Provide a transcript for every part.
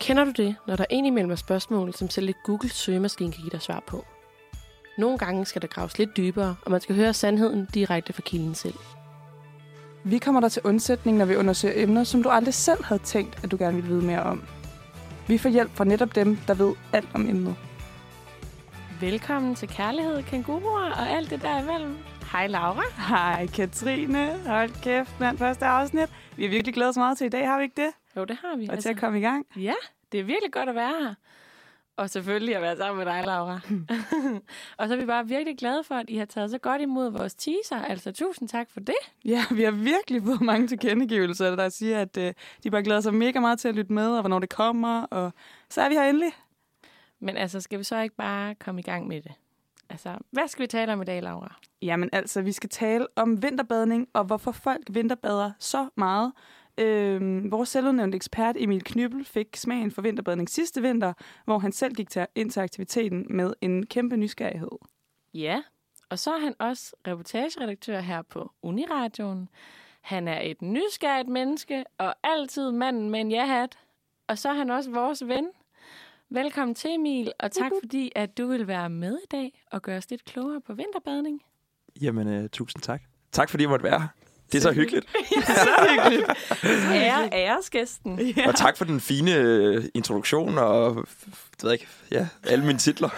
Kender du det, når der indimellem er spørgsmål, som selv et Google søgemaskine kan give dig svar på? Nogle gange skal der graves lidt dybere, og man skal høre sandheden direkte fra kilden selv. Vi kommer der til undsætning, når vi undersøger emner, som du aldrig selv havde tænkt, at du gerne ville vide mere om. Vi får hjælp fra netop dem, der ved alt om emnet. Velkommen til Kærlighed, Kænguruer og alt det der imellem. Hej Laura. Hej Katrine. Hold kæft, mand. Første afsnit. Vi har virkelig glædet os meget til i dag, har vi ikke det? Jo, det har vi. Og til at komme i gang. Ja, det er virkelig godt at være her. Og selvfølgelig at være sammen med dig, Laura. Og så er vi bare virkelig glade for, at I har taget så godt imod vores teaser. Altså, tusind tak for det. Ja, vi har virkelig fået mange tilkendegivelser, der siger, at de bare glæder sig mega meget til at lytte med, og hvornår det kommer. Og så er vi her endelig. Men altså, skal vi så ikke bare komme i gang med det? Altså, hvad skal vi tale om i dag, Laura? Jamen altså, vi skal tale om vinterbadning, og hvorfor folk vinterbader så meget. Vores selvudnævnte ekspert Emil Knyppel fik smagen for vinterbadning sidste vinter, hvor han selv gik ind til aktiviteten med en kæmpe nysgerrighed. Ja, og så er han også reportageredaktør her på Uniradioen. Han er et nysgerrigt menneske, og altid manden med en ja-hat. Og så er han også vores ven. Velkommen til, Emil, og tak fordi, at du vil være med i dag og gøre os lidt klogere på vinterbadning. Jamen, tusind tak. Tak fordi jeg måtte være her. Det er så hyggeligt. Ja, så hyggeligt. Æresgæsten. Ja. Og tak for den fine introduktion og det ved jeg ikke, ja, alle mine titler.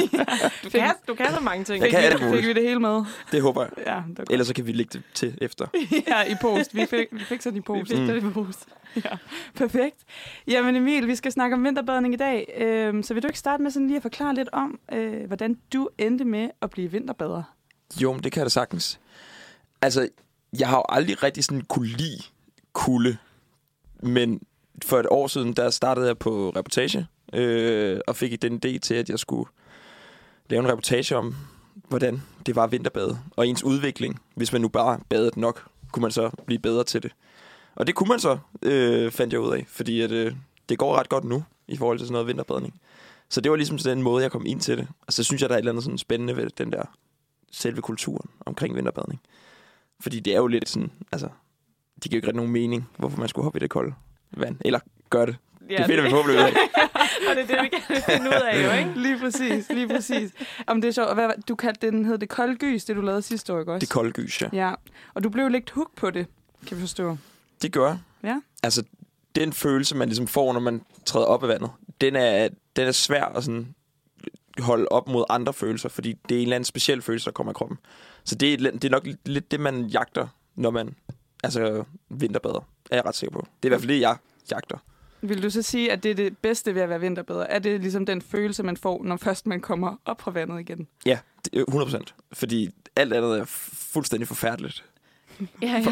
Du kan så mange ting. Jeg kan alt muligt. Fik vi det hele med? Det håber jeg. Ja, ellers så kan vi lægge det til efter. Ja, i post. Vi fik sådan i post. Ja, perfekt. Jamen Emil, vi skal snakke om vinterbadning i dag. Så vil du ikke starte med sådan lige at forklare lidt om, hvordan du endte med at blive vinterbader? Jo, men det kan jeg da sagtens. Altså, jeg har jo aldrig rigtig sådan kunne lide kulde, men for et år siden, der startede jeg på reportage, og fik den idé til, at jeg skulle lave en reportage om, hvordan det var vinterbade, og ens udvikling. Hvis man nu bare badede nok, kunne man så blive bedre til det. Og det kunne man så, fandt jeg ud af, fordi at, det går ret godt nu, i forhold til sådan noget vinterbadning. Så det var ligesom den måde, jeg kom ind til det. Og så synes jeg, der er et eller andet sådan spændende ved den der selve kulturen omkring vinterbadning. Fordi det er jo lidt sådan, altså, det giver jo ikke rigtig nogen mening, hvorfor man skulle hoppe i det kolde vand. Eller gøre det. Ja, det finder vi på, det. Og det er det, vi gerne vil finde ud af, jo, ikke? Lige præcis. Om det er sjovt. Du kaldte den, hed det kolde gys, det du lavede sidste år, ikke også? Det kolde gys, ja. Ja, og du blev lidt hooked på det, kan vi forstå. Det gør jeg. Ja. Altså, den følelse, man ligesom får, når man træder op af vandet, den er svær at sådan holde op mod andre følelser, fordi det er en eller anden speciel følelse, der kommer i kroppen. Så det er nok lidt det, man jagter, når man vinterbader, er jeg ret sikker på. Det er i hvert fald det, jeg jagter. Vil du så sige, at det er det bedste ved at være vinterbader? Er det ligesom den følelse, man får, når først man kommer op fra vandet igen? Ja, 100%. Fordi alt andet er fuldstændig forfærdeligt. Ja, jeg Nej,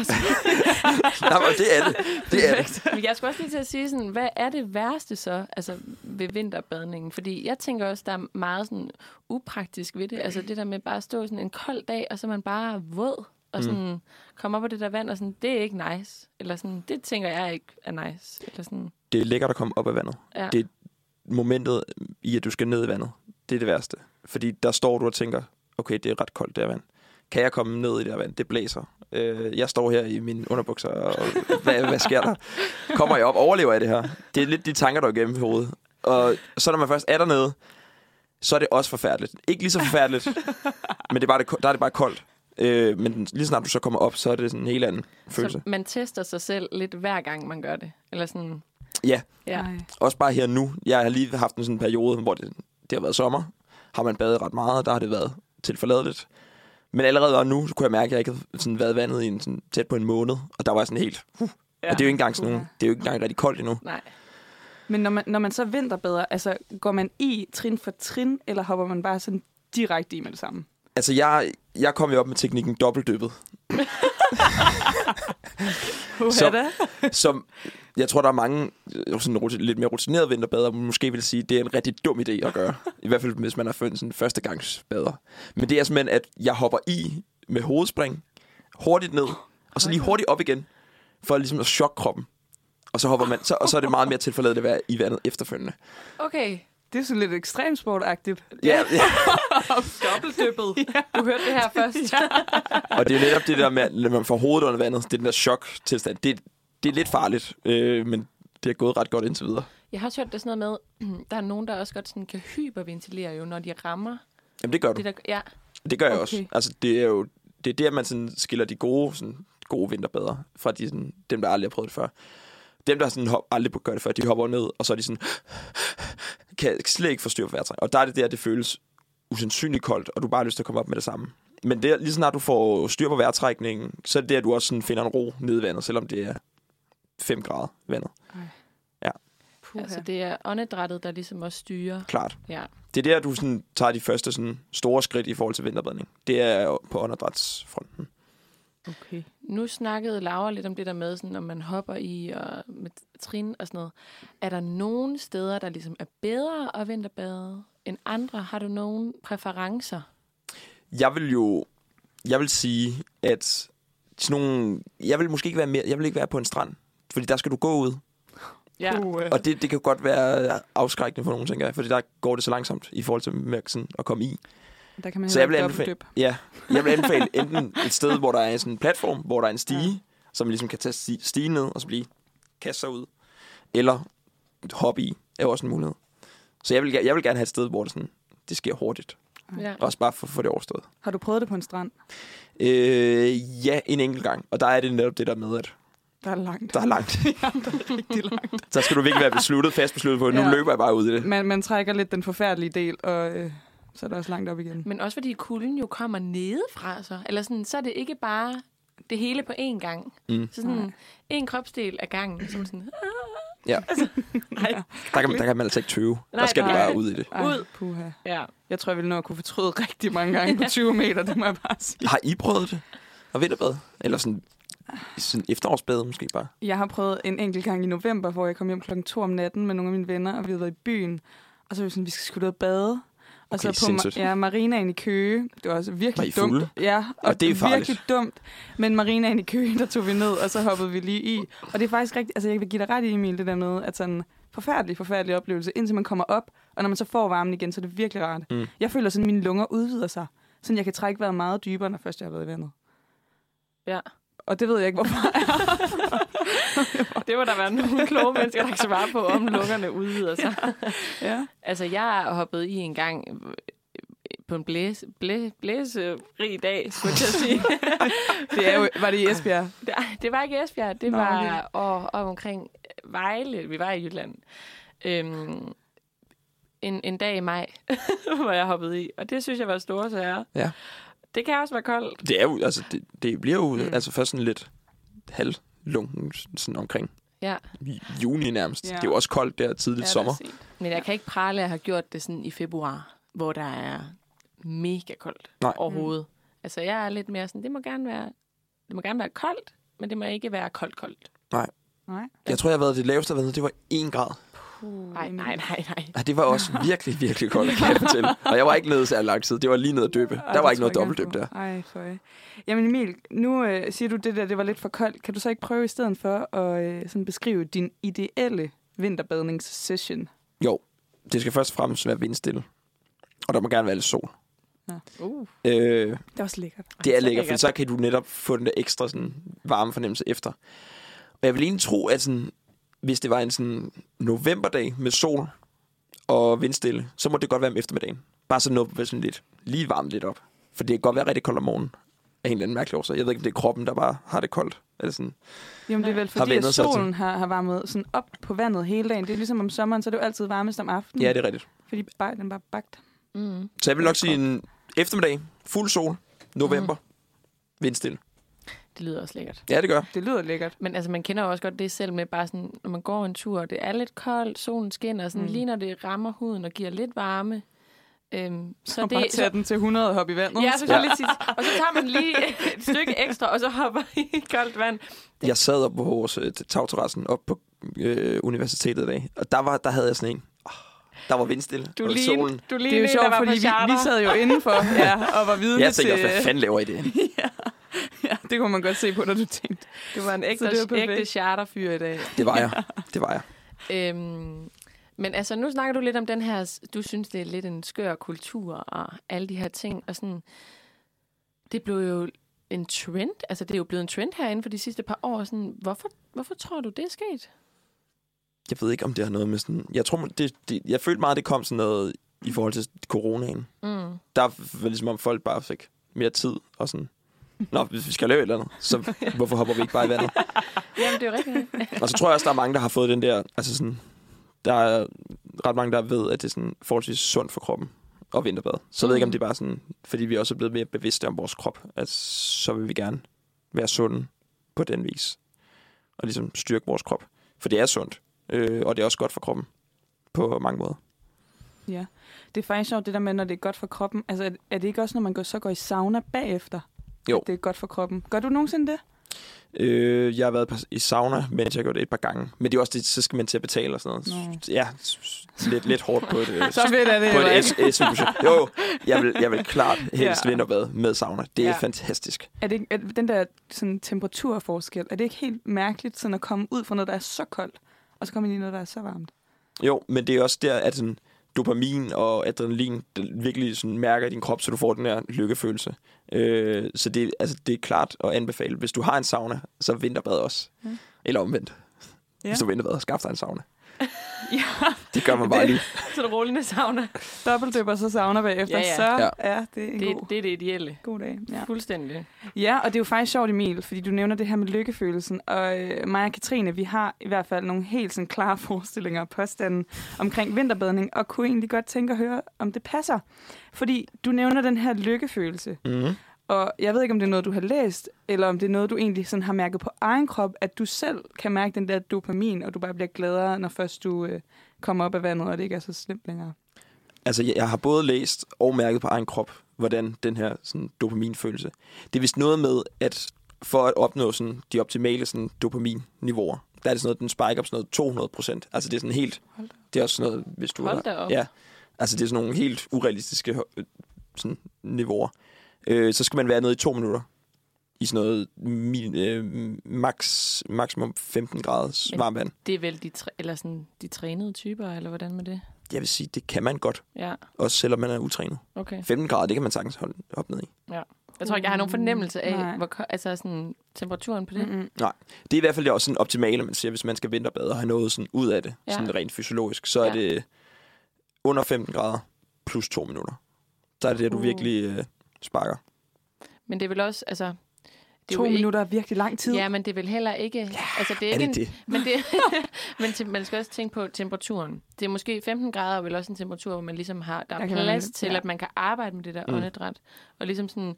det er det. Det er det. Men jeg skulle også lige til at sige sådan, hvad er det værste så, altså ved vinterbadningen? Fordi jeg tænker også, der er meget sådan upraktisk ved det. Altså det der med bare at stå sådan en kold dag, og så er man bare våd, og sådan komme op på det der vand, og sådan, det er ikke nice. Eller sådan, det tænker jeg ikke er nice. Eller sådan. Det er lækkert at komme op af vandet. Ja. Det er momentet i, at du skal ned i vandet. Det er det værste. Fordi der står du og tænker, okay, det er ret koldt, det her vand. Kan jeg komme ned i det her vand? Det blæser. Jeg står her i mine underbukser, og hvad sker der? Kommer jeg op? Overlever jeg det her? Det er lidt de tanker, der er gennem hovedet. Og så når man først er dernede, så er det også forfærdeligt. Ikke lige så forfærdeligt, men der er det bare koldt. Men lige snart du så kommer op, så er det sådan en helt anden følelse. Så man tester sig selv lidt hver gang, man gør det? Eller sådan? Ja. Også bare her nu. Jeg har lige haft en sådan periode, hvor det har været sommer. Har man badet ret meget, der har det været tilforladeligt. Men allerede nu, så kunne jeg mærke, at jeg ikke havde sådan været vandet i sådan, tæt på en måned. Og der var sådan helt... Ja. Og det er jo ikke engang sådan nogen, det er jo ikke engang rigtig koldt endnu. Nej. Men når man så vinterbader, altså går man i trin for trin, eller hopper man bare sådan direkte i med det samme? Altså, jeg kom jo op med teknikken dobbeltdyppet. Som jeg tror, der er mange sådan, lidt mere rutinerede vinterbader, man måske vil sige, det er en rigtig dum idé at gøre. I hvert fald, hvis man er fundet sådan en førstegangsbader. Men det er simpelthen, at jeg hopper i med hovedspring, hurtigt ned, og så lige hurtigt op igen, for ligesom at chokke kroppen. Og så hopper man, og så er det meget mere tilforladeligt at være i vandet efterfølgende. Okay. Det er sådan lidt ekstremsportagtigt. Ja. Dobbeltdyppet. Du hørte det her først. Og det er netop det der med, når man får hovedet under vandet, det er den der chok-tilstand. Det er lidt farligt, men det er gået ret godt indtil videre. Jeg har også hørt det sådan noget med, der er nogen, der også godt sådan kan hyperventilere jo, når de rammer. Jamen, det gør du. Det, ja. Det gør jeg også. Altså, det er jo der, man sådan skiller de gode vinterbader fra dem, der aldrig har prøvet det før. Dem, der sådan aldrig gør det før, de hopper ned, og så er de sådan, kan slet ikke få styr på vejrtrækning. Og der er det der, det føles usandsynligt koldt, og du bare har lyst til at komme op med det samme. Men det, lige snart du får styr på vejrtrækningen, så er det der, du også sådan finder en ro nede i vandet, selvom det er 5 grader vandet. Ja. Altså, det er åndedrættet, der ligesom også styrer. Klart. Ja. Det er der, du sådan tager de første sådan store skridt i forhold til vinterbadning. Det er på åndedrætsfronten. Okay. Nu snakkede Laura lidt om det der med, sådan, når man hopper i og med trin og sådan noget. Er der nogle steder, der ligesom er bedre at vinterbade end andre? Har du nogle præferencer? Jeg vil sige, at jeg vil måske ikke være mere. Jeg vil ikke være på en strand, fordi der skal du gå ud. Ja. Og det kan godt være afskrækkende for nogen, tænker jeg, fordi der går det så langsomt i forhold til sådan at komme i. Der kan man så jeg vil anbefale enten et sted, hvor der er sådan en platform, hvor der er en stige, så man ligesom kan tage stigen ned og så kaste sig ud, eller hoppe i, er også en mulighed. Så jeg vil gerne have et sted, hvor det sker hurtigt. Ja. Også bare for at få det overstået. Har du prøvet det på en strand? Ja, en enkelt gang. Og der er det netop det der med, at der er langt. Der er langt. Ja, der er rigtig langt. Så skal du virkelig være fast besluttet på, at nu løber jeg bare ud i det. Man trækker lidt den forfærdelige del, og så er der også langt op igen. Men også fordi kulden jo kommer nedefra sig. Eller sådan, så er det ikke bare det hele på én gang. Så sådan en kropsdel af gangen. Som sådan, ja. Altså, der kan man altså ikke tøve. Der skal du bare ud i det. Ud. Puha. Ja. Jeg tror, jeg ville nå at kunne fortryde rigtig mange gange på 20 meter, det må jeg bare sige. Har I prøvet det? Og vinterbade? Eller sådan efterårsbade måske bare? Jeg har prøvet en enkelt gang i november, hvor jeg kom hjem 2:00 om natten med nogle af mine venner, og vi havde været i byen. Og så var vi sådan, vi skal sgu ud og bade. Og okay, så på marinaen i Køge. Det var også virkelig dumt. Ja, og det er farligt. Virkelig dumt. Men marinaen i Køge, der tog vi ned, og så hoppede vi lige i. Og det er faktisk rigtigt, altså jeg vil give dig ret i, Emil, det der med, at sådan forfærdelig oplevelse, indtil man kommer op, og når man så får varmen igen, så er det virkelig rart. Jeg føler sådan, at mine lunger udvider sig, så jeg kan trække vejret meget dybere, når først jeg har været i vandet. Ja. Og det ved jeg ikke, hvorfor. Det må der være nogle kloge mennesker, der kan svare på, om lungerne udvider sig. Ja. Altså, jeg har hoppet i en gang på en blæsrig dag, skulle jeg sige. Var det i Esbjerg? Det var ikke i Esbjerg. Det var omkring Vejle. Vi var i Jylland. En dag i maj, hvor jeg hoppede i. Og det synes jeg var store sager. Ja. Det kan også være koldt. Det er jo, altså, det bliver jo altså først sådan lidt halvlunken sådan omkring juni nærmest. Ja. Det er jo også koldt der tidligt sommer. Men jeg kan ikke prale at have gjort det sådan i februar, hvor der er mega koldt overhovedet. Altså jeg er lidt mere sådan, det må gerne være koldt, men det må ikke være koldt. Nej. Jeg tror, jeg har været det laveste vandet, det var 1 grad. Nej. Ja, det var også virkelig, virkelig koldt, kan jeg fortælle. Og jeg var ikke nede særlig lang tid. Det var lige nede at døbe. Der var ikke noget dobbeltdøb der. Ej, for Jamen Emil, nu siger du det var lidt for koldt. Kan du så ikke prøve i stedet for at sådan beskrive din ideelle vinterbadningssession? Jo, det skal først og fremmest være vindstille. Og der må gerne være lidt sol. Ja. Det er også lækkert. Det er lækkert, for så kan du netop få den der ekstra sådan, varme fornemmelse efter. Og jeg vil egentlig tro, at sådan, hvis det var en sådan novemberdag med sol og vindstille, så må det godt være om eftermiddagen. Bare sådan noget sådan lidt, lige varmt lidt op. For det kan godt være rigtig koldt om morgenen. Af en eller anden mærkelig årsag. Jeg ved ikke, om det er kroppen, der bare har det koldt. Eller sådan, jamen, det er vel fordi, at solen har varmet sådan op på vandet hele dagen. Det er ligesom om sommeren, så er det jo altid varmest om aftenen. Ja, det er rigtigt. Fordi den bare bagt. Så jeg vil nok sige en eftermiddag, fuld sol, november, vindstille. Det lyder også lækkert. Ja, det gør. Det lyder lækkert. Men altså, man kender jo også godt det selv med bare sådan, når man går en tur, det er lidt koldt, solen skinner, sådan, lige når det rammer huden og giver lidt varme. Så det, bare tager den til 100 og hoppe i vandet. Ja, så kan lige og så tager man lige et stykke ekstra, og så hopper i koldt vand. Jeg sad op på vores tagterrassen op på universitetet i dag, og der havde jeg sådan en. Der var vindstille. Det er jo sjovt, fordi vi sad jo indenfor og var vidne til... Jeg tænkte, hvad fanden laver I det? Ja, det kunne man godt se på, når du tænkte. Du var en ægte charterfyr i dag. Det var jeg. Men altså, nu snakker du lidt om den her... Du synes, det er lidt en skør kultur og alle de her ting. Og sådan, det blev jo en trend. Altså, det er jo blevet en trend herinde for de sidste par år. Sådan, hvorfor tror du, det er sket? Jeg ved ikke, om det har noget med sådan... Jeg tror, jeg følte meget, det kom sådan noget i forhold til coronaen. Der var ligesom, om folk bare fik mere tid og sådan... Nå, hvis vi skal lave et eller andet, så hvorfor hopper vi ikke bare i vandet? Jamen, det er jo rigtigt. Og så tror jeg også, der er mange, der har fået den der... Altså sådan... Der er ret mange, der ved, at det er sådan forholdsvis sundt for kroppen og vinterbad. Så jeg ved ikke, om det er bare sådan... Fordi vi også er blevet mere bevidste om vores krop, at så vil vi gerne være sunde på den vis. Og ligesom styrke vores krop. For det er sundt. Og det er også godt for kroppen. På mange måder. Ja. Det er faktisk sjovt, det der med, når det er godt for kroppen. Altså, er det ikke også, når man går i sauna bagefter? Jo. Det er godt for kroppen. Gør du nogensinde det? Jeg har været i sauna, mens jeg har gjort det et par gange. Men det er også det, så skal man til at betale og sådan noget. Ja, lidt hårdt på et, så fedt er det på et SU-budget. Jo, jeg vil klart helst vinterbad med sauna. Det er fantastisk. Er den der sådan, temperaturforskel, er det ikke helt mærkeligt sådan at komme ud fra noget, der er så koldt, og så komme ind i noget, der er så varmt? Jo, men det er også der, at sådan, dopamin og adrenalin virkelig sådan, mærker i din krop, så du får den her lykkefølelse. Så det er klart at anbefale. Hvis du har en sauna, så vinterbad også. Eller omvendt. Hvis du vinterbad, skaff dig en sauna. Ja. Det gør man bare lige. Så det rullende sauna. Dobbeltdypper, så sauna bagefter. Ja. Så det er det er det ideelle. God dag. Ja. Fuldstændig. Ja, og det er jo faktisk sjovt, Emil, fordi du nævner det her med lykkefølelsen. Og mig og Katrine, vi har i hvert fald nogle helt sådan klare forestillinger og påstanden omkring vinterbadning, og kunne egentlig godt tænke at høre, om det passer. Fordi du nævner den her lykkefølelse. Mm-hmm. Og jeg ved ikke, om det er noget, du har læst, eller om det er noget, du egentlig sådan har mærket på egen krop, at du selv kan mærke den der dopamin, og du bare bliver gladere, når først du kommer op af vandet, og det ikke er så slemt længere. Altså, jeg har både læst og mærket på egen krop, hvordan den her sådan, dopaminfølelse. Det er vist noget med, at for at opnå sådan, de optimale sådan, dopaminniveauer, der er det sådan noget, den spiker op sådan noget 200%. Altså, det er sådan helt... Det er også sådan noget, hvis du... Hold da op. Ja, altså, det er sådan nogle helt urealistiske sådan, niveauer. Så skal man være nede i 2 minutter i sådan noget maksimum 15 graders varmt vand. Det er vel de trænede typer, eller hvordan med det? Jeg vil sige, det kan man godt. Ja. Også selvom man er utrænet. Okay. 15 grader, det kan man sagtens holde op ned i. Ja. Jeg tror ikke, jeg har nogen fornemmelse af, sådan, temperaturen på det. Mm-hmm. Nej, det er i hvert fald også sådan optimale, man siger, hvis man skal vinterbade og have noget sådan ud af det, sådan rent fysiologisk, så er det under 15 grader plus 2 minutter. Så er det du virkelig sparker. Men det er vel også, altså... 2 minutter er virkelig lang tid. Ja, men det er vel heller ikke... Ja, altså, det er ikke det? Men man skal også tænke på temperaturen. Det er måske 15 grader, og vel også en temperatur, hvor man ligesom har... Der er plads til, at man kan arbejde med det der åndedræt. Og ligesom sådan...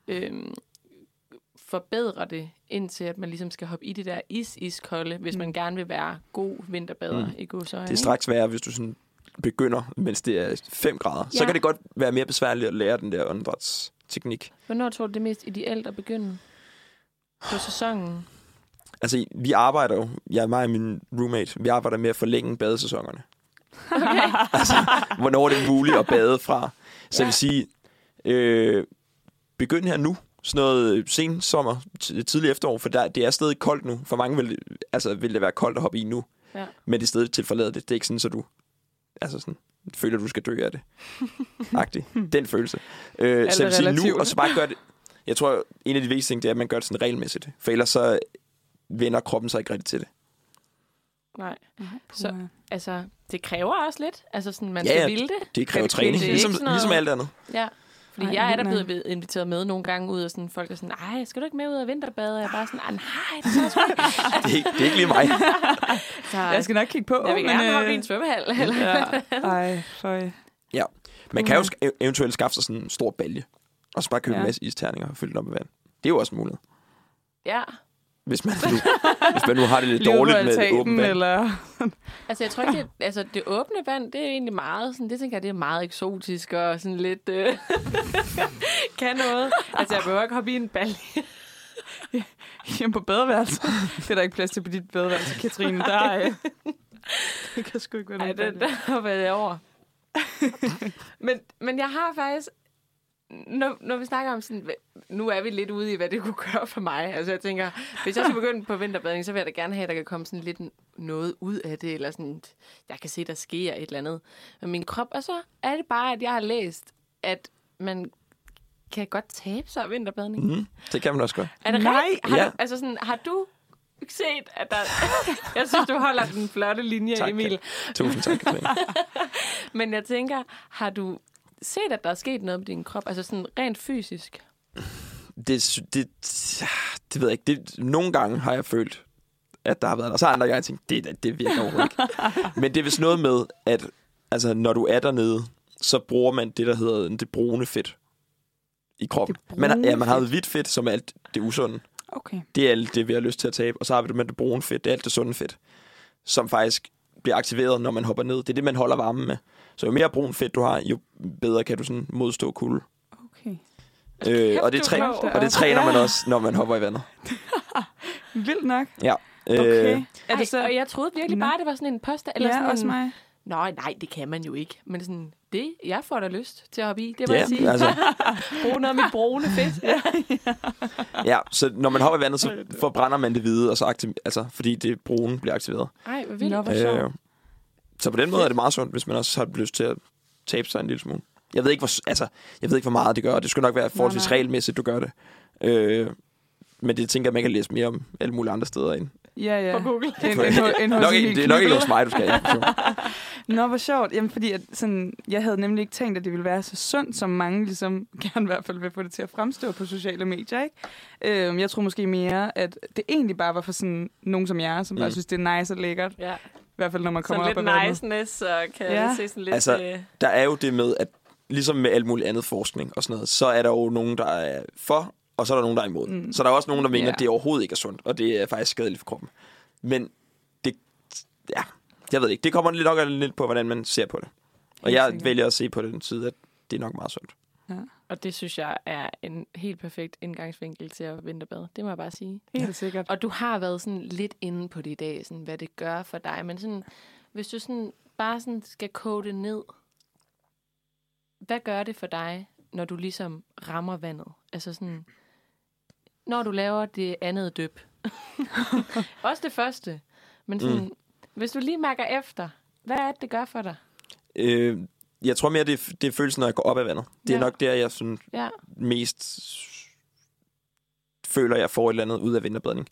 forbedre det, indtil at man ligesom skal hoppe i det der iskolde, hvis man gerne vil være god vinterbader i godsøjne. Det er straks værre, hvis du sådan begynder, mens det er 5 grader. Så kan det godt være mere besværligt at lære den der åndedrætsteknik. Hvornår tror du, det er mest ideelt at begynde på sæsonen? Altså, vi arbejder jo, mig og min roommate, vi arbejder med at forlænge badesæsonerne. Okay. Altså, hvornår er det muligt at bade fra? Så jeg vil sige, begynd her nu. Sådan noget sen sommer, tidlig efterår, for det er stadig koldt nu. For mange vil det være koldt at hoppe i nu. Ja. Men det er stadig til forladet det. Det er ikke sådan, så du føler, at du skal dø af det. Agtigt. Den følelse. Så jeg vil sige nu, og så bare gør det. Jeg tror, en af de vigtigste ting, det er, at man gør det sådan regelmæssigt. For ellers så vender kroppen sig ikke rigtig til det. Nej. Så altså, det kræver også lidt. Altså sådan, man skal ville det. Det kræver træning, ligesom alt andet. Ja. Fordi jeg er da blevet inviteret med nogle gange ud, og sådan, folk er sådan, ej, skal du ikke med ud af vinterbade? Og jeg er bare sådan, nej, det er ikke lige mig. Så, jeg skal nok kigge på. Jeg vil gerne have en svømmehal. Ja, man kan jo eventuelt skaffe sig sådan en stor balje, og så bare købe en masse isterninger og fylde den op med vand. Det er jo også muligt. Ja. Hvis man nu har det lidt dårligt med åbent vand. Eller... Altså, jeg tror ikke, det åbne vand, det er egentlig meget, sådan, det tænker jeg, det er meget eksotisk og sådan lidt, kan noget. Altså, jeg behøver ikke hoppe i en balje. Hjemme på badeværelset. Det er der ikke plads til på dit badeværelse, Katrine. Det kan sgu ikke være noget. Nej, der hopper jeg over. men jeg har faktisk... Når vi snakker om sådan, nu er vi lidt ude i, hvad det kunne gøre for mig. Altså jeg tænker, hvis jeg skal begynde på vinterbadning, så vil jeg da gerne have, at der kan komme sådan lidt noget ud af det, eller sådan, jeg kan se, der sker et eller andet med min krop. Og så er det bare, at jeg har læst, at man kan godt tabe sig af vinterbadning. Det kan man også godt. Er det rigtigt? Har du set, at der... Jeg synes, du holder den flotte linje, Tak, Emil. Tusind tak, Katrine. Men jeg tænker, har du set, at der er sket noget med din krop? Altså sådan rent fysisk? Det ved jeg ikke. Nogle gange har jeg følt, at der har været der. Så andre gange har jeg tænkt, det virker overhovedet ikke. Men det er vist noget med, at altså, når du er dernede, så bruger man det, der hedder det brune fedt i kroppen. Man har hvidt fedt, som er alt det usunde. Okay. Det er alt det, vi har lyst til at tabe. Og så har vi det brune fedt, det er alt det sunde fedt, som faktisk bliver aktiveret, når man hopper ned. Det er det, man holder varmen med. Så jo mere brun fedt du har, jo bedre kan du sådan modstå kulde. Okay. Og det træner man også, når man hopper i vandet. Vildt nok. Ja. Okay. Er det så... Og jeg troede virkelig bare, det var sådan en påstand. Eller sådan også mig. Nej, det kan man jo ikke. Men sådan, det, jeg får da lyst til at hoppe i. Det må jeg sige. Altså. Brug noget af mit brune fedt. Ja, så når man hopper i vandet, så forbrænder man det hvide, og så fordi det brune bliver aktiveret. Ej, hvor vildt. Så på den måde er det meget sundt, hvis man også har lyst til at tabe sig en lille smule. Jeg ved ikke, hvor meget det gør. Det skulle nok være forholdsvis regelmæssigt, du gør det. Men det tænker jeg, man kan læse mere om alle mulige andre steder end. Ja. På Google. Det er nok ikke hos mig, du skal. Nå, hvor sjovt. Jamen, fordi jeg havde nemlig ikke tænkt, at det ville være så sundt, som mange ligesom gerne i hvert fald vil få det til at fremstå på sociale medier, ikke? Jeg tror måske mere, at det egentlig bare var for sådan nogen som jer, som bare synes, det er nice og lækkert. Ja. I hvert fald, når man kommer sådan op af lidt niceness, og kan jeg se sådan lidt... Altså, der er jo det med, at ligesom med alt muligt andet forskning og sådan noget, så er der jo nogen, der er for, og så er der nogen, der er imod. Så der er også nogen, der mener, at det overhovedet ikke er sundt, og det er faktisk skadeligt for kroppen. Men jeg ved ikke. Det kommer lidt på, hvordan man ser på det. Og jeg vælger at se på den side, at det er nok meget sundt. Ja. Og det synes jeg er en helt perfekt indgangsvinkel til at vinterbade. Det må jeg bare sige. Helt sikkert. Og du har været sådan lidt inde på det i dag, sådan, hvad det gør for dig. Men sådan, hvis du sådan, bare sådan skal koge det ned, hvad gør det for dig, når du ligesom rammer vandet? Altså sådan, når du laver det andet dyp. Også det første. Men sådan, hvis du lige mærker efter, hvad er det gør for dig? Jeg tror mere, det er følelsen, når jeg går op af vandet. Det er nok der, jeg sådan mest føler, jeg får et eller andet ud af vinterbadning.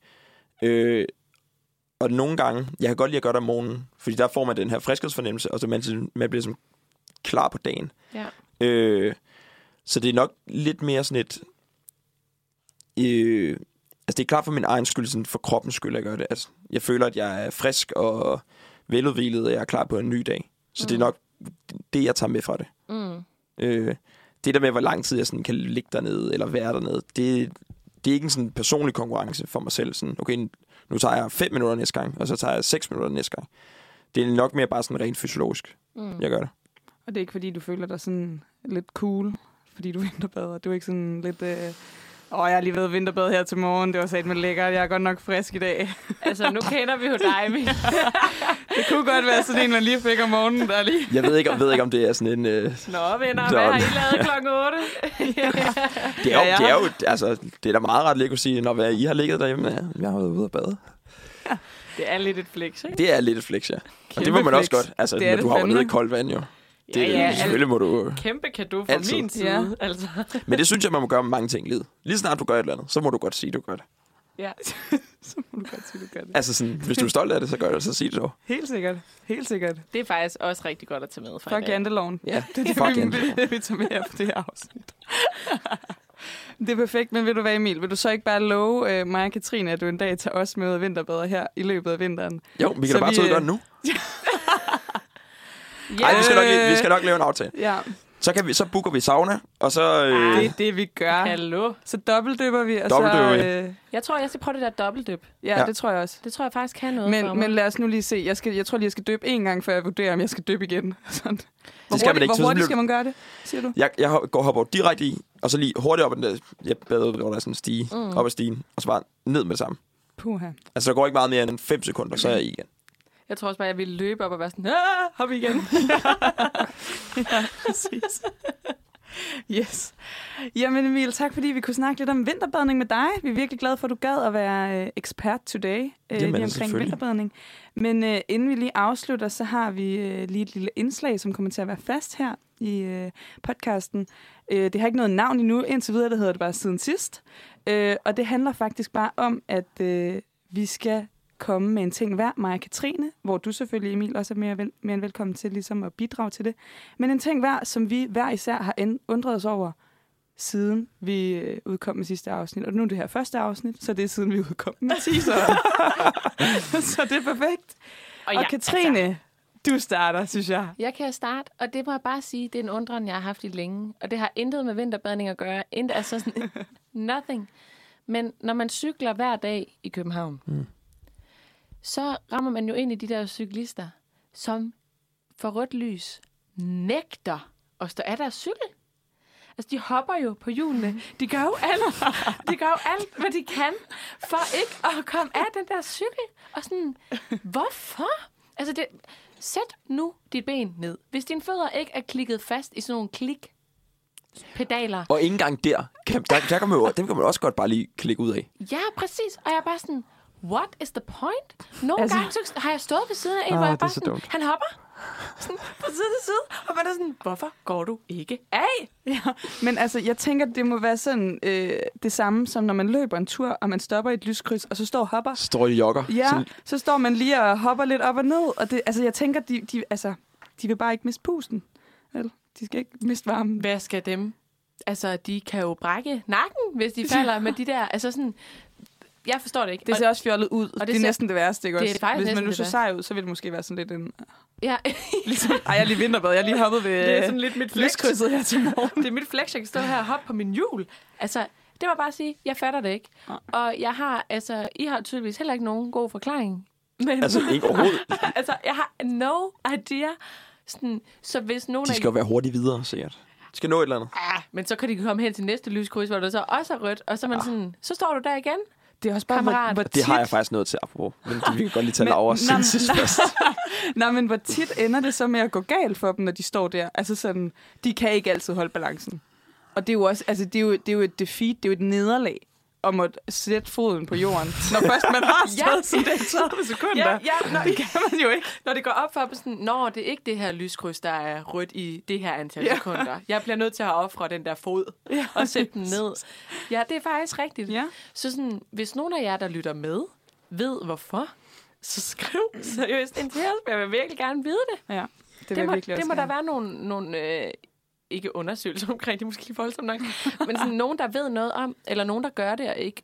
Og nogle gange, jeg kan godt lide at gøre det om morgenen, fordi der får man den her friskhedsfornemmelse, og så man bliver sådan klar på dagen. Ja. Så det er nok lidt mere sådan et... Altså det er klart for min egen skyld, sådan for kroppens skyld, at jeg gør det. Altså, jeg føler, at jeg er frisk og veludhvilet, og jeg er klar på en ny dag. Så det er nok det, jeg tager med fra det. Det der med, hvor lang tid jeg sådan kan ligge dernede, eller være dernede, det er ikke en sådan personlig konkurrence for mig selv. Sådan, okay, nu tager jeg 5 minutter næste gang, og så tager jeg 6 minutter næste gang. Det er nok mere bare sådan rent fysiologisk, jeg gør det. Og det er ikke, fordi du føler dig sådan lidt cool, fordi du vinterbader. Du er ikke sådan lidt... jeg har lige været vinterbad her til morgen. Det var satme lækkert. Jeg er godt nok frisk i dag. Altså, nu kender vi jo dig, Emil. Det kunne godt være sådan en, man lige fik om morgenen. Der lige. Jeg ved ikke, om det er sådan en... Nå, venner, hvad har I lavet klokken 8? Det er jo... Altså, det er da meget ret lækkert at sige, når I har ligget derhjemme. Ja, jeg har været ude og bade. Det er lidt et flex, ikke? Det er lidt et flex, ja. Og det må man også godt. Altså, når du har nede i koldt vand, jo. Selvfølgelig må du... Kæmpe cadeau fra min side, altså. Men det synes jeg, man må gøre med mange ting i livet. Lige snart du gør et eller andet, så må du godt sige, du gør det. Ja, så må du godt sige, du gør det. Altså sådan, hvis du er stolt af det, så gør det, så sig det dog. Helt sikkert. Helt sikkert. Det er faktisk også rigtig godt at tage med. Fuck janteloven. Ja, det er det, vi tager med på det her afsnit. Det er perfekt, men vil du være, Emil? Vil du så ikke bare love mig og Katrine, at du en dag tager os med vinterbader her i løbet af vinteren? Jo, vi kan da bare tage ud og gøre det nu. Nej, vi skal nok lave en aftale. Ja. Så booker vi sauna, og så... Det er det, vi gør. Hallo. Så dobbeltdypper vi, og Jeg tror, jeg skal prøve det der dobbeltdyp. Ja, det tror jeg også. Det tror jeg faktisk kan noget for mig. Men lad os nu lige se. Jeg tror lige, jeg skal dyppe 1 gang, før jeg vurderer, om jeg skal dyppe igen. Sådan. Hvor hurtigt skal man gøre det, siger du? Jeg hopper direkte i, og så lige hurtigt op ad den der... Jeg bader, hvor der er sådan en stige, op ad stigen, og så bare ned med det samme. Puha. Altså, der går ikke meget mere end 5 sekunder, så er jeg i igen. Jeg tror også bare, jeg ville løbe op og være sådan, hop igen. Ja, præcis. Yes. Jamen Emil, tak fordi vi kunne snakke lidt om vinterbadning med dig. Vi er virkelig glade for, at du gad at være ekspert today lige omkring vinterbadning. Men inden vi lige afslutter, så har vi lige et lille indslag, som kommer til at være fast her i podcasten. Det har ikke noget navn endnu, indtil videre, det hedder det bare siden sidst. Og det handler faktisk bare om, at vi skal komme med en ting hver, mig og Katrine, hvor du selvfølgelig, Emil, også er mere end velkommen til ligesom at bidrage til det. Men en ting hver, som vi hver især har undret os over, siden vi udkom med sidste afsnit. Og nu er det her første afsnit, så det er siden vi udkom med teaseren. Så det er perfekt. Og Katrine, du starter, synes jeg. Jeg kan starte, og det må jeg bare sige, det er en undren, jeg har haft i længe. Og det har intet med vinterbadning at gøre. Altså sådan, nothing. Men når man cykler hver dag i København, så rammer man jo ind i de der cyklister, som for rødt lys nægter at stå af deres cykel. Altså, de hopper jo på hjulene. De gør jo alt, hvad de kan, for ikke at komme af den der cykel. Og sådan, hvorfor? Altså, sæt nu dit ben ned. Hvis dine fødder ikke er klikket fast i sådan nogle klikpedaler. Og ikke engang der kan man jo, dem kan man også godt bare lige klikke ud af. Ja, præcis. Og jeg er bare sådan, what is the point? Nogle gange så har jeg stået ved siden af en, hvor jeg bare sådan, han hopper. Sådan, fra side til side. Og man er sådan, hvorfor går du ikke af? Ja, men altså, jeg tænker, det må være sådan det samme, som når man løber en tur, og man stopper i et lyskryds, og så står og hopper. Står de jogger. Ja, sådan. Så står man lige og hopper lidt op og ned. Og det, altså, jeg tænker, de vil bare ikke miste pusten. Vel? De skal ikke miste varmen. Hvad skal dem? Altså, de kan jo brække nakken, hvis de falder med de der, altså sådan... Jeg forstår det ikke. Det ser også fjollet ud. Og det er næsten det værste, ikke også? Hvis man nu så sej ud, så vil det måske være sådan lidt en... Ja. Ligesom, jeg er lige vinterbad. Jeg er lige hoppet ved det er sådan lidt mit lyskrydset her til morgen. Det er mit flex, jeg kan stå her og hoppe på min hjul. Altså, det var bare at sige, jeg fatter det ikke. Og jeg har, altså, I har tydeligvis heller ikke nogen god forklaring. Men, altså, ikke overhovedet. Altså, jeg har no idea. Sådan, så hvis nogen de skal jo være hurtigt videre, sikkert. De skal nå et eller andet. Ja, men så kan de komme hen til næste lyskryds, hvor der så også er rødt. Og så er man sådan, så står du der igen. Det er også bare, hvor tit... Det har jeg faktisk noget til, apropos. Men vi kan godt lige tage Laura sindssygt først. Nej, men hvor tit ender det så med at gå galt for dem, når de står der? Altså sådan, de kan ikke altid holde balancen. Og det er jo også, altså det er jo et defeat, det er jo et nederlag om at sætte foden på jorden. Når først man har stået sådan det 30 sekunder. Ja, det kan man jo ikke. Når det går op for sådan, det er ikke det her lyskryds, der er rødt i det her antal sekunder. Jeg bliver nødt til at ofre den der fod og sætte den ned. Ja, det er faktisk rigtigt. Ja. Så sådan, hvis nogen af jer, der lytter med, ved hvorfor, så skriv seriøst ind til os. Jeg vil virkelig gerne vide det. Ja, det må der være nogle ikke undersøgelser omkring, det er måske voldsomt nok, men sådan nogen, der ved noget om, eller nogen, der gør det og ikke...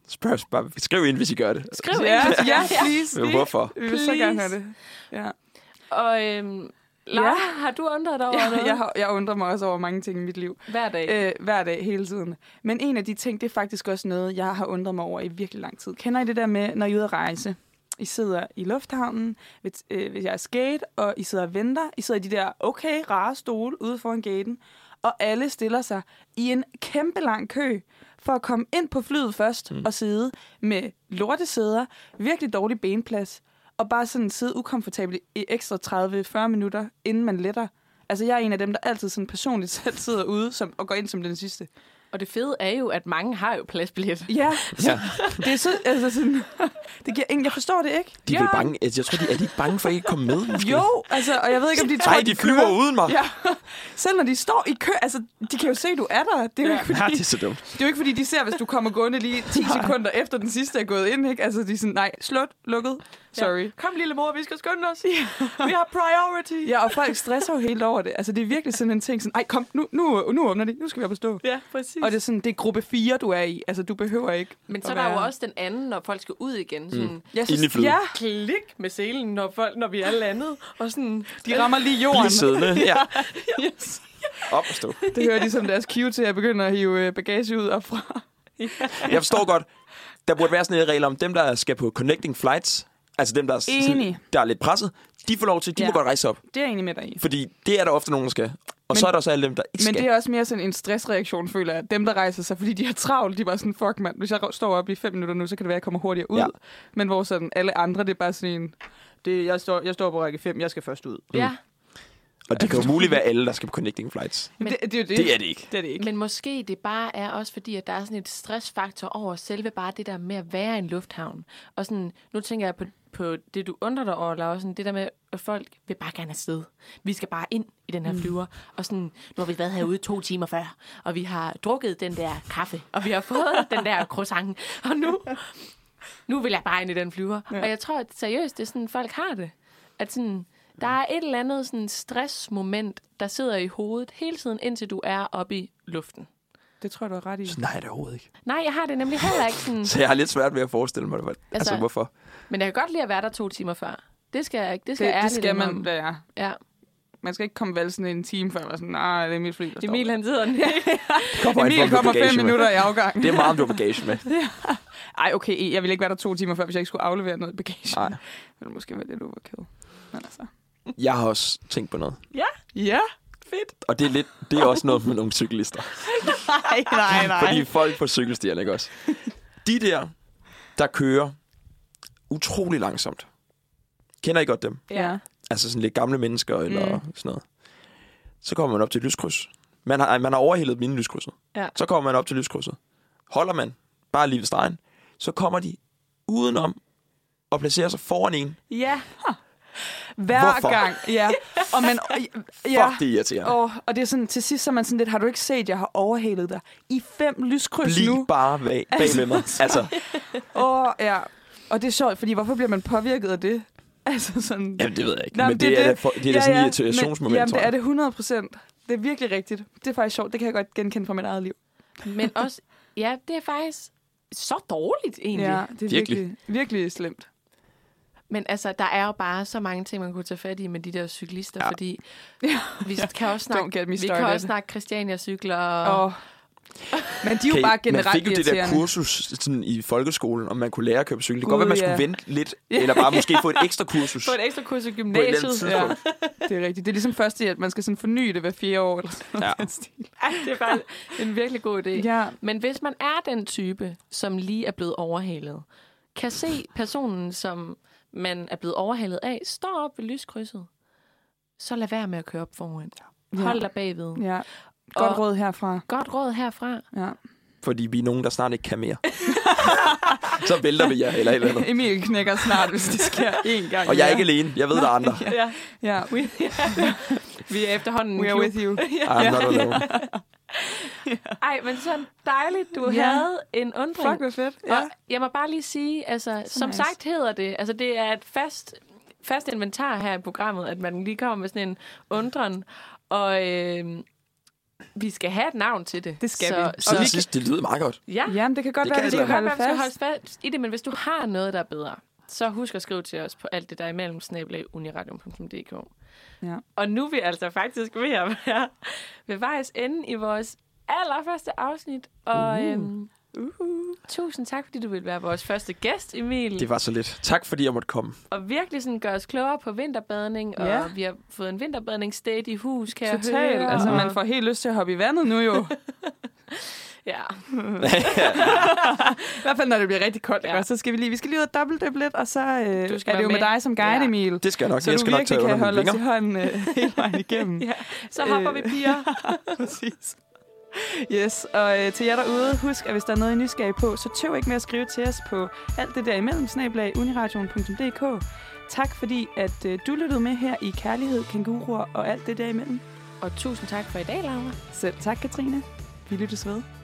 Skriv ind, hvis I gør det. Skriv ind. Ja, please. Men hvorfor? Vi vil så gerne have det. Ja. Og Laura, har du undret dig over noget? Jeg undrer mig også over mange ting i mit liv. Hver dag? Hver dag, hele tiden. Men en af de ting, det er faktisk også noget, jeg har undret mig over i virkelig lang tid. Kender I det der med, når I er ude at rejse? I sidder i lufthavnen, hvis jeg er skate, og I sidder og venter. I sidder i de der rare stole ude foran gaten, og alle stiller sig i en kæmpe lang kø for at komme ind på flyet først og sidde med lortesæder, virkelig dårlig benplads, og bare sådan sidde ukomfortabelt i ekstra 30-40 minutter, inden man letter. Altså, jeg er en af dem, der altid sådan personligt selv sidder ude og går ind som den sidste. Og det fede er jo, at mange har jo pladsbillet. Ja. Det er så, altså sådan, det giver ingen, jeg forstår det ikke. De er vel bange, jeg tror, er de ikke bange for ikke at komme med? Måske? Jo, altså, og jeg ved ikke, om de tror, de flyver uden mig. Ja. Selv når de står i kø, altså, de kan jo se, du er der. Det er jo ikke, fordi, det er så dumt. Det er jo ikke, fordi de ser, hvis du kommer gående lige 10 sekunder efter den sidste er gået ind, ikke? Altså, de er sådan, nej, slut, lukket, sorry. Ja. Kom, lille mor, vi skal skynde os. Vi har priority. Ja, og folk stresser jo helt over det. Altså, det er virkelig sådan en ting, sådan, ej, kom, nu åbner de, nu skal vi op og stå. Ja, præcis. Og det er sådan, det er gruppe 4, du er i. Altså, du behøver ikke. Men så er der jo også den anden, når folk skal ud igen. Sådan, klik med selen, når vi er landet. Og sådan, de rammer lige jorden. Bliv siddende, ja. Yes. Op og stå. Det hører de som deres cue til at begynde at hive bagage ud op fra. Jeg forstår godt. Der burde være sådan en regel om dem, der skal på connecting flights. Altså dem, der er lidt presset. De får lov til, de må godt rejse op. Det er jeg enig med dig i. Fordi det er der ofte nogen, der skal. Og så er der også alle dem, der ikke skal. Men det er også mere sådan en stressreaktion, føler jeg. Dem, der rejser sig, fordi de har travlt, de er bare sådan, fuck mand, hvis jeg står op i 5 minutter nu, så kan det være, at jeg kommer hurtigere ud. Ja. Men hvor sådan alle andre, det er bare sådan en, jeg står på række 5, jeg skal først ud. Ja. Og det kan jo muligt være alle, der skal på connecting flights. Men det er det ikke. Det er det ikke. Men måske det bare er også fordi, at der er sådan et stressfaktor over selve bare det der med at være i en lufthavn. Og sådan, nu tænker jeg på det, du undrer dig over, Laura, sådan det der med, at folk vil bare gerne afsted. Vi skal bare ind i den her flyver. Og sådan, nu har vi været herude 2 timer før, og vi har drukket den der kaffe, og vi har fået den der croissant. Og nu vil jeg bare ind i den flyver. Ja. Og jeg tror, at seriøst, det er sådan, folk har det. At sådan, der er et eller andet sådan stressmoment, der sidder i hovedet hele tiden, indtil du er oppe i luften. Det tror jeg, du har ret i. Nej, det er overhovedet ikke. Nej, jeg har det nemlig heller ikke sådan... Så jeg har lidt svært ved at forestille mig det. Altså, hvorfor? Men jeg kan godt lide at være der 2 timer før. Det skal jeg ikke. Det Det skal man være. Ja. Man skal ikke komme valsende en time før, og være sådan, nej, det er mit fly, der Emil, står. han sidder den. Emil kommer 5 minutter i afgang. Det er meget, om du har bagage med. Ej, okay, jeg ville ikke være der 2 timer før, hvis jeg ikke skulle aflevere noget bagage. Nej. Det ville måske være lidt overkill. Men altså. Jeg har også tænkt på noget. Ja, fedt. Og det er også noget med nogle cyklister. Nej. Fordi folk på cykelstierne, ikke også? De der kører utrolig langsomt. Kender I godt dem? Ja. Altså sådan lidt gamle mennesker eller sådan noget. Så kommer man op til lyskrydset. Man har overhældet mine lyskrydset. Ja. Så kommer man op til lyskrydset. Holder man bare lige ved stregen, så kommer de udenom og placerer sig foran en. Ja. Hver Hvorfor? gang. Ja. Og man, ja. Fuck, det er irriterende. Og det er sådan, til sidst så er man sådan lidt, har du ikke set, jeg har overhalet dig i 5 lyskryds Bliv nu? bare bag ved mig. Altså, Ja. Og det er sjovt, fordi hvorfor bliver man påvirket af det? Altså sådan... jamen, det ved jeg ikke. Nej, men det er da sådan en irritationsmoment, jamen, tror det jeg. er det 100%. Det er virkelig rigtigt. Det er faktisk sjovt. Det kan jeg godt genkende fra mit eget liv. Men også, ja, det er faktisk så dårligt egentlig. Ja, det er Virkelig. virkelig slemt. Men altså, der er jo bare så mange ting, man kunne tage fat i med de der cyklister, fordi vi kan også Don't get me snakke, started. Christiania-cykler og... Men de er jo bare generelt man fik jo det der irriterende. kursus sådan, i folkeskolen, om man kunne lære at køre på cykel. Det kan godt være, man skulle vente lidt, eller bare måske få et ekstra kursus. Få et ekstra kursus i På et eller andet gymnasiet. tidspunkt. Det er rigtigt. Det er ligesom først i, at man skal sådan forny det hver 4 år. Eller sådan Ja. noget stil. Ej, det er faktisk en virkelig god idé. Ja. Men hvis man er den type, som lige er blevet overhalet, kan se personen, som man er blevet overhalet af, står op ved lyskrydset, så lad være med at køre op foran. Hold dig bagved. Ja. Godt Og- råd herfra. Godt råd herfra. Ja. Fordi vi er nogen, der snart ikke kan mere. Så vælter vi jer, eller et eller andet. Emil knækker snart, hvis det sker én gang. Og jeg er ikke alene. Jeg ved, der er andre. Ja. Ja. Vi er efterhånden We are with you. I'm not alone. Ej, men så dejligt, du Ja. havde en undring. Fuck, hvor fedt. Ja. Og jeg må bare lige sige, altså, som nice. sagt hedder det, altså det er et fast inventar her i programmet, at man lige kommer med sådan en undren, og vi skal have et navn til det. Det skal vi. Siden sidst, det lyder meget godt. Ja, Jamen, det kan godt Det være, kan at vi det skal da. det kan godt holde være, vi skal holde fast. fast i det, men hvis du har noget, der er bedre, så husk at skrive til os på alt det, der er imellem @uniradio.dk. Ja. Og nu er vi altså faktisk ved at være ved vejs ende i vores allerførste afsnit. Og tusind tak, fordi du ville være vores første gæst, Emil. Det var så lidt. Tak, fordi jeg måtte komme. Og virkelig sådan gøre os klogere på vinterbadning. Ja. Og vi har fået en vinterbadningsstate i hus, kan jeg Totalt. høre. Altså, og- man får helt lyst til at hoppe i vandet nu jo. Ja. I hvert fald, når det bliver rigtig koldt. Ja. Ja. Så skal vi skal lige ud og dobbeltdyppe lidt, og så er være det jo med med. dig som guide, Ja. Emil. Det skal jeg nok. Så Jeg du skal nok virkelig tage kan under holde mine os i vinger. hånden hele vejen igennem. Ja. Så hopper vi, piger. Præcis. Yes, og til jer derude, husk, at hvis der er noget, I er nysgerrige på, så tøv ikke med at skrive til os på alt det der imellem, @uniradion.dk. Tak fordi, at du lyttede med her i Kærlighed, Kænguruer og alt det der imellem. Og tusind tak for i dag, Laura. Selv tak, Katrine. Vi lyttes ved.